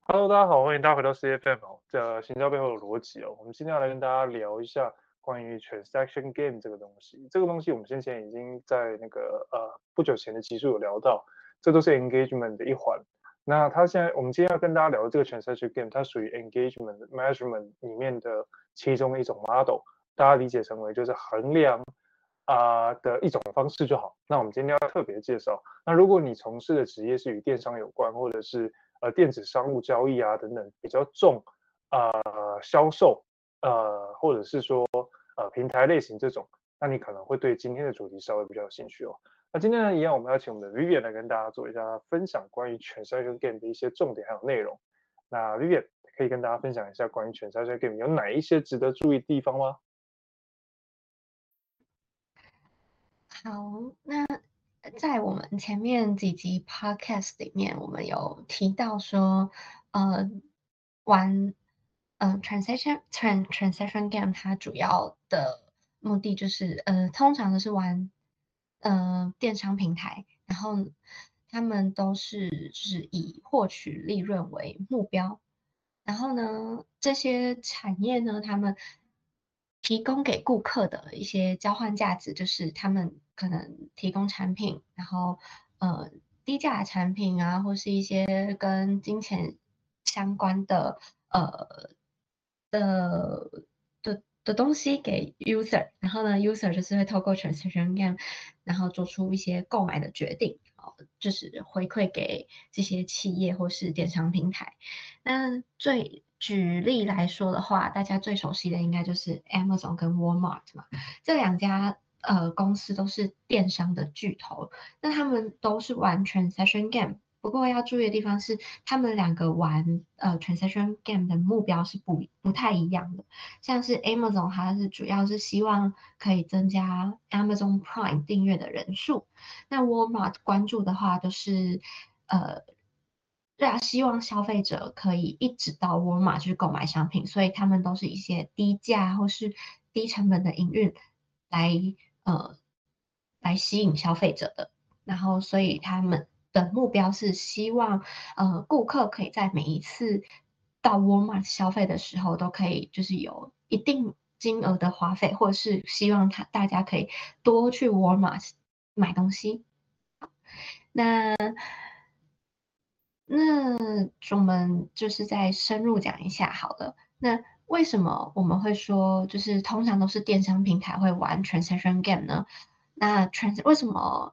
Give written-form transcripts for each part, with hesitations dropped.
Hello，大家好，欢迎大家回到 CFM 哦，这行销背后的逻辑哦。我们今天要来跟大家聊一下关于 transaction game 这个东西。这个东西我们先前已经在那个不久前的集数有聊到，这都是 engagement 的一环。那我们今天要跟大家聊的这个 transaction game，它属于 engagement measurement 里面的其中一种 model，大家理解成为就是衡量的一种方式就好。那我们今天要特别介绍，那如果你从事的职业是与电商有关，或者是电子商务交易啊等等比较重销售或者是说平台类型这种，那你可能会对今天的主题稍微比较有兴趣哦。那今天呢，一样我们要请我们的 Vivian 来跟大家做一下分享关于全 s game 的一些重点还有内容。那 Vivian 可以跟大家分享一下关于全 s game 有哪一些值得注意的地方吗？ 好，那在我们前面几集 podcast 里面，我们有提到说，呃，玩transaction game 它主要的目的就是通常都是玩电商平台，然后他们都是就是以获取利润为目标，然后呢，这些产业呢，他们提供给顾客的一些交换价值，就是他们可能提供产品，然后呃低价的产品啊，或是一些跟金钱相关的呃的的东西给 user，然后呢，user 就是会透过 transaction game，然后做出一些购买的决定，就是回馈给这些企业或是电商平台。那举例来说的话，大家最熟悉的应该就是 Amazon 跟 Walmart 嘛，这两家公司都是电商的巨头，那他们都是玩 transaction game。不过要注意的地方是，他们两个玩transaction game 的目标是不太一样的。像是 Amazon，它是主要是希望可以增加 Amazon Prime 订阅的人数，那 Walmart 关注的话，就是呃，希望消费者可以一直到 Walmart 去购买商品，所以他们都是一些低价或是低成本的营运来呃来吸引消费者的。然后，所以他们的目标是希望顾客可以在每一次到 Walmart 消费的时候，都可以就是有一定金额的花费，或者是希望大家可以多去 Walmart 买东西。那我们就是再深入讲一下好了。那为什么我们会说，就是通常都是电商平台会玩 transaction game 呢？那为什么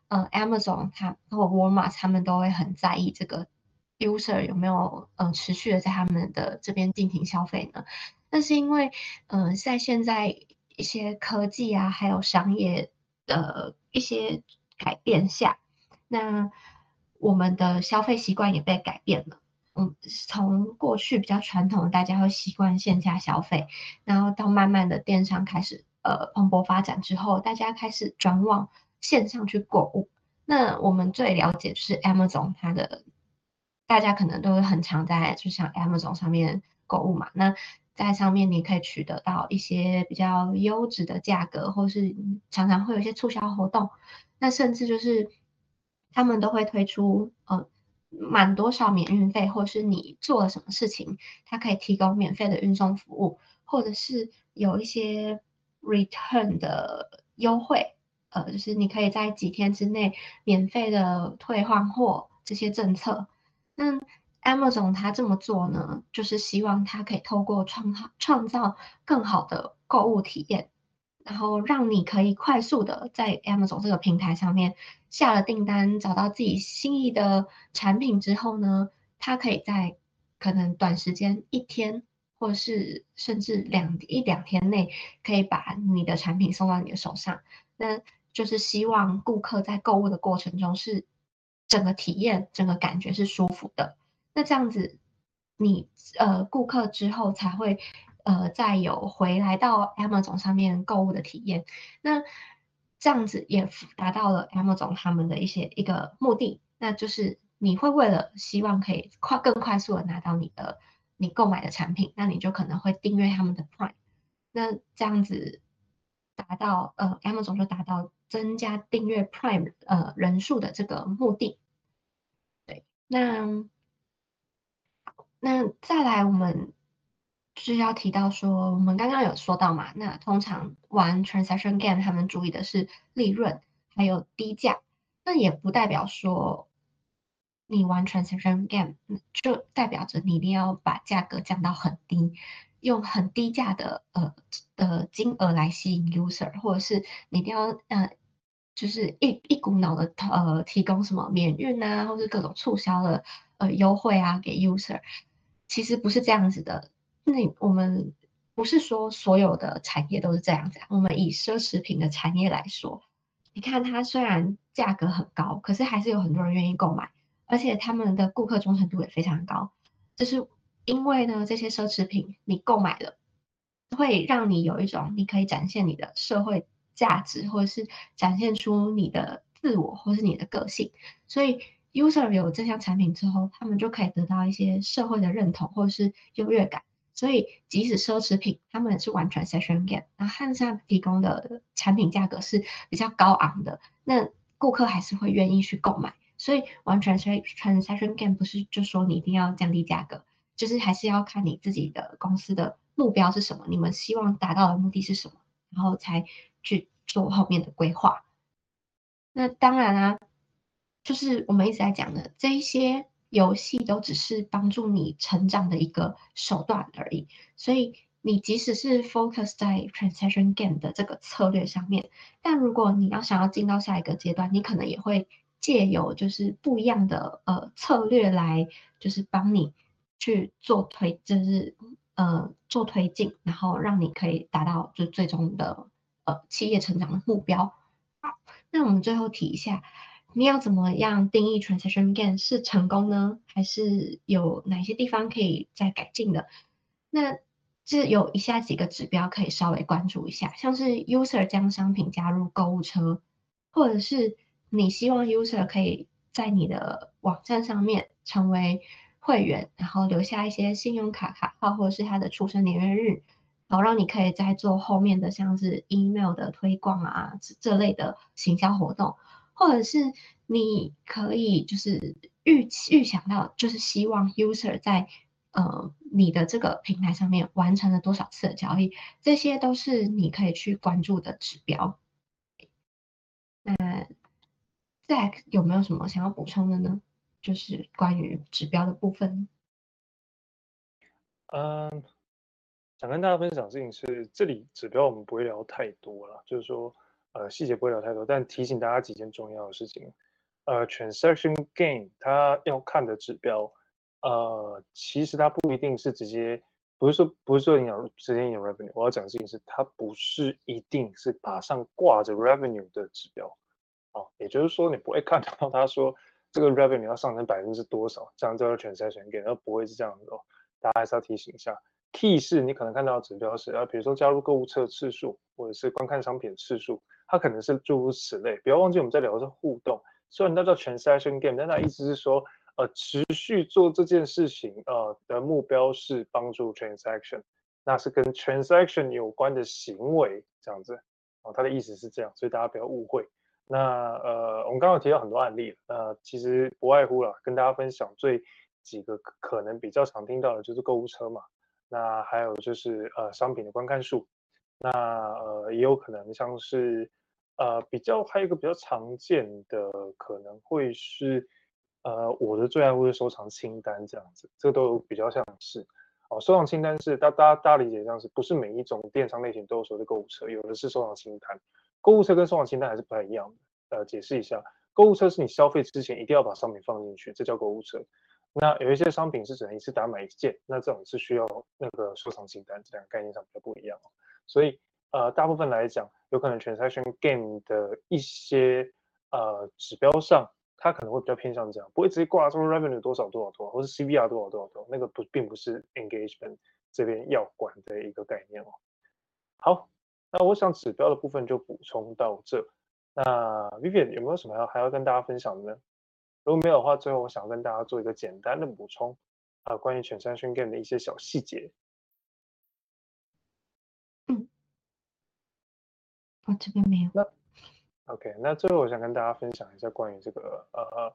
Amazon 或 Walmart 他们都会很在意这个 user 有没有持续的在他们的这边进行消费呢？那是因为在现在一些科技啊，还有商业的一些改变下。那我们的消费习惯也被改变了。从过去比较传统的，大家会习惯线下消费，然后到慢慢的电商开始蓬勃发展之后，大家开始转往线上去购物。那我们最了解就是 Amazon，大家可能都会很常在就像 Amazon 上面购物嘛。那在上面你可以取得到一些比较优质的价格，或是常常会有一些促销活动。那甚至就是他们都会推出满多少免运费，或是你做了什么事情，它可以提供免费的运送服务，或者是有一些 return 的优惠，就是你可以在几天之内免费的退换货这些政策。那 Amazon 它这么做呢，就是希望它可以透过创造更好的购物体验，然后让你可以快速的在 Amazon 这个平台上面下了订单，找到自己心仪的产品之后呢，它可以在可能短时间一天，或者是甚至一两天内，可以把你的产品送到你的手上。那就是希望顾客在购物的过程中是整个体验、整个感觉是舒服的。那这样子，你顾客之后才会再有回来到 Amazon 上面购物的体验。那这样子也达到了 Amazon 他们的一个目的，那就是你会为了希望可以更快速的拿到你购买的产品，那你就可能会订阅他们的 Prime。那这样子达到Amazon 就达到增加订阅 Prime 人数的这个目的。对，那那再来，我们就是要提到说，我们刚刚有说到嘛，那通常玩 transaction game，他们注意的是利润还有低价，那也不代表说你玩 transaction game 就代表着你一定要把价格降到很低，用很低价的金额来吸引 user，或者是你一定要就是一股脑的提供什么免运啊，或是各种促销的优惠啊给 user，其实不是这样子的。那我们不是说所有的产业都是这样子啊，我们以奢侈品的产业来说，你看它虽然价格很高，可是还是有很多人愿意购买，而且他们的顾客忠诚度也非常高。就是因为呢，这些奢侈品你购买了，会让你有一种你可以展现你的社会价值，或者是展现出你的自我，或是你的个性。所以 user 有这项产品之后，他们就可以得到一些社会的认同，或者是优越感。所以即使奢侈品，他们是完全 session game，然后汉莎提供的产品价格是比较高昂的，那顾客还是会愿意去购买。所以完全 transaction game 不是就说你一定要降低价格，就是还是要看你自己的公司的目标是什么，你们希望达到的目的是什么，然后才去做后面的规划。那当然啊，就是我们一直在讲的，这一些游戏都只是帮助你成长的一个手段而已。所以你即使是 focus 在 transaction game 的这个策略上面，但如果你要想要进到下一个阶段，你可能也会借由就是不一样的策略来，就是帮你去做推，就是做推进，然后让你可以达到就最终的企业成长的目标。好，那我们最后提一下，你要怎么样定义 transaction gain 是成功呢？还是有哪些地方可以再改进的？那这有以下几个指标可以稍微关注一下，像是 user 将商品加入购物车，或者是你希望 user 可以在你的网站上面成为会员，然后留下一些信用卡号或者是他的出生年月日，好让你可以再做后面的像是 email 的推广啊这类的行销活动，或者是你可以就是预想到，就是希望 user 在你的这个平台上面完成了多少次的交易，这些都是你可以去关注的指标。Zack 有没有什么想要补充的呢？就是关于指标的部分。 嗯，想跟大家分享的事情是，这里指标我们不会聊太多了，就是说，细节不会聊太多，但提醒大家几件重要的事情。transaction gain 它要看的指标，其实它不一定是直接，不是说你有直接有 revenue，我要讲的事情是，它不是一定是马上挂着 revenue 的指标。哦，也就是说你不会看到他说这个 revenue 要上升多少，这样叫做 transaction gain，而不会是这样子哦。大家还是要提醒一下，key 是你可能看到的指标是比如说加入购物车次数，或者是观看商品的次数，它可能是诸如此类。不要忘记我们在聊的是互动，虽然它叫 transaction game，但它意思是说，持续做这件事情，的目标是帮助 transaction，那是跟 transaction 有关的行为这样子。哦，它的意思是这样，所以大家不要误会。那我们刚刚有提到很多案例，其实不外乎了，跟大家分享几个可能比较常听到的就是购物车嘛，那还有就是商品的观看数，那也有可能像是还有一个比较常见的可能会是我的最爱会是收藏清单这样子，这个都有比较像是。哦，收藏清单是大家理解像是不是每一种电商类型都有所谓的购物车，有的是收藏清单。购物车跟收藏清单还是不太一样的。解释一下，购物车是你消费之前一定要把商品放进去，这叫购物车。那有一些商品是只能一次打买一件，那这种是需要那个收藏清单，这两个概念上比较不一样哦。所以大部分来讲，有可能 transaction game 的一些指标上，它可能会比较偏向这样，不会直接挂出 revenue 多少多少多少，或是 CVR 多少多少多少，那个并不是 engagement 这边要管的一个概念哦。好，那我想指标的部分就补充到这。那 Vivian 有没有什么还要跟大家分享的呢？如果没有的话，最后我想跟大家做一个简单的补充，关于全山宣 game 的一些小细节。 嗯，我这边没有。 那 OK，那最后我想跟大家分享一下关于这个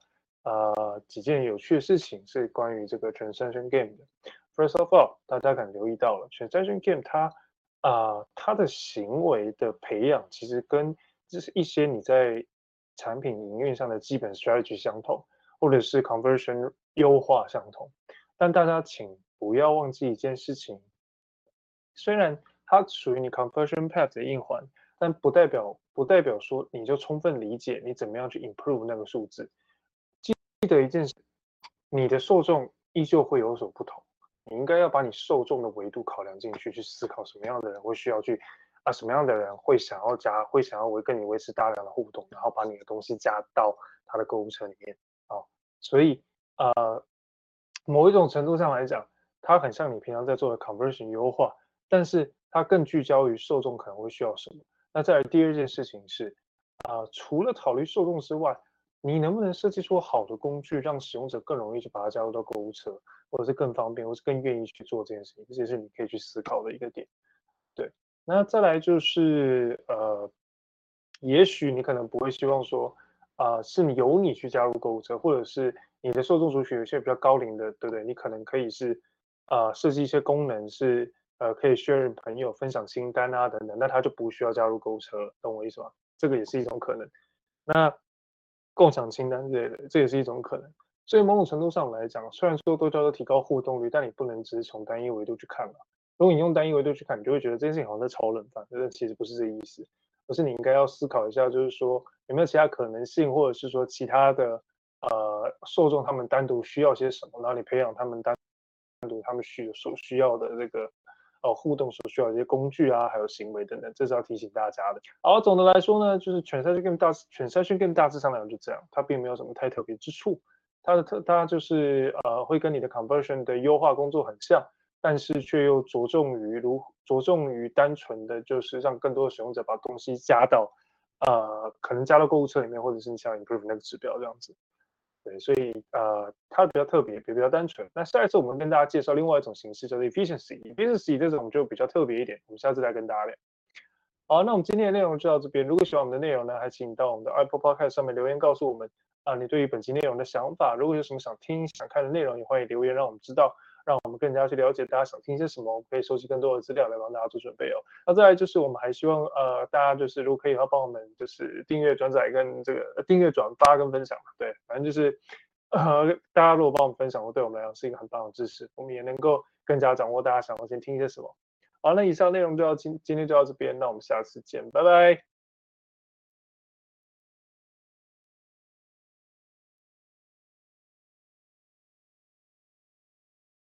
几件有趣的事情是关于这个 transaction game 的。First of all，大家可能留意到了 transaction game 它的行为的培养其实跟就是一些你在产品营运上的基本 strategy 相同，或者是 conversion 优化相同。但大家请不要忘记一件事情，虽然它属于你 conversion path 的一环，但不代表说你就充分理解你怎么样去 improve 那个数字。记得一件事，你的受众依旧会有所不同，你应该要把你受众的维度考量进去，去思考什么样的人会需要去什么样的人会想要跟你维持大量的互动，然后把你的东西加到他的购物车里面啊、所以某一种程度上来讲，它很像你平常在做的 conversion 优化，但是它更聚焦于受众可能会需要什么。那再来第二件事情是，除了考虑受众之外，你能不能设计出好的工具，让使用者更容易去把它加入到购物车，或者是更方便，或是更愿意去做这件事情，这也是你可以去思考的一个点。对，那再来就是也许你可能不会希望说，是由你去加入购物车，或者是你的受众族群有些比较高龄的，对不对？你可能可以是设计一些功能是可以 share 朋友分享清单啊等等，那他就不需要加入购物车了，懂我意思吗？这个也是一种可能。那共享清单之类的，这也是一种可能。所以某种程度上来讲，虽然说都叫做提高互动率，但你不能只是从单一维度去看嘛。如果你用单一维度去看，你就会觉得这件事情好像在炒冷饭，但其实不是这个意思，而是你应该要思考一下，就是说有没有其他可能性，或者是说其他的受众他们单独需要些什么，然后你培养他们单独他们所需要的这个互动所需要的一些工具啊，还有行为等等，这是要提醒大家的。好，总的来说呢，就是全筛选 game 大致上来讲就这样，它并没有什么太特别之处。它就是会跟你的 conversion 的优化工作很像，但是却又着重于单纯的就是让更多的使用者把东西加到可能加到购物车里面，或者是你想 improve 那个指标这样子。对，所以它比较特别，也比较单纯。那下一次我们跟大家介绍另外一种形式，叫做 efficiency。efficiency 这种就比较特别一点，我们下次再跟大家聊。好，那我们今天的内容就到这边。如果喜欢我们的内容呢，还请你到我们的 Apple Podcast 上面留言告诉我们你对于本期内容的想法。如果有什么想听、想看的内容，也欢迎留言让我们知道，让我们更加去了解大家想听些什么，我们可以收集更多的资料来帮大家做准备哦。那再来就是我们还希望大家就是如果可以的话，帮我们就是订阅、转载跟这个订阅、转发跟分享。对，反正就是大家如果帮我们分享，对我们来讲是一个很棒的支持，我们也能够更加掌握大家想要先听些什么。好，那以上内容就今天就到这边，那我们下次见，拜拜。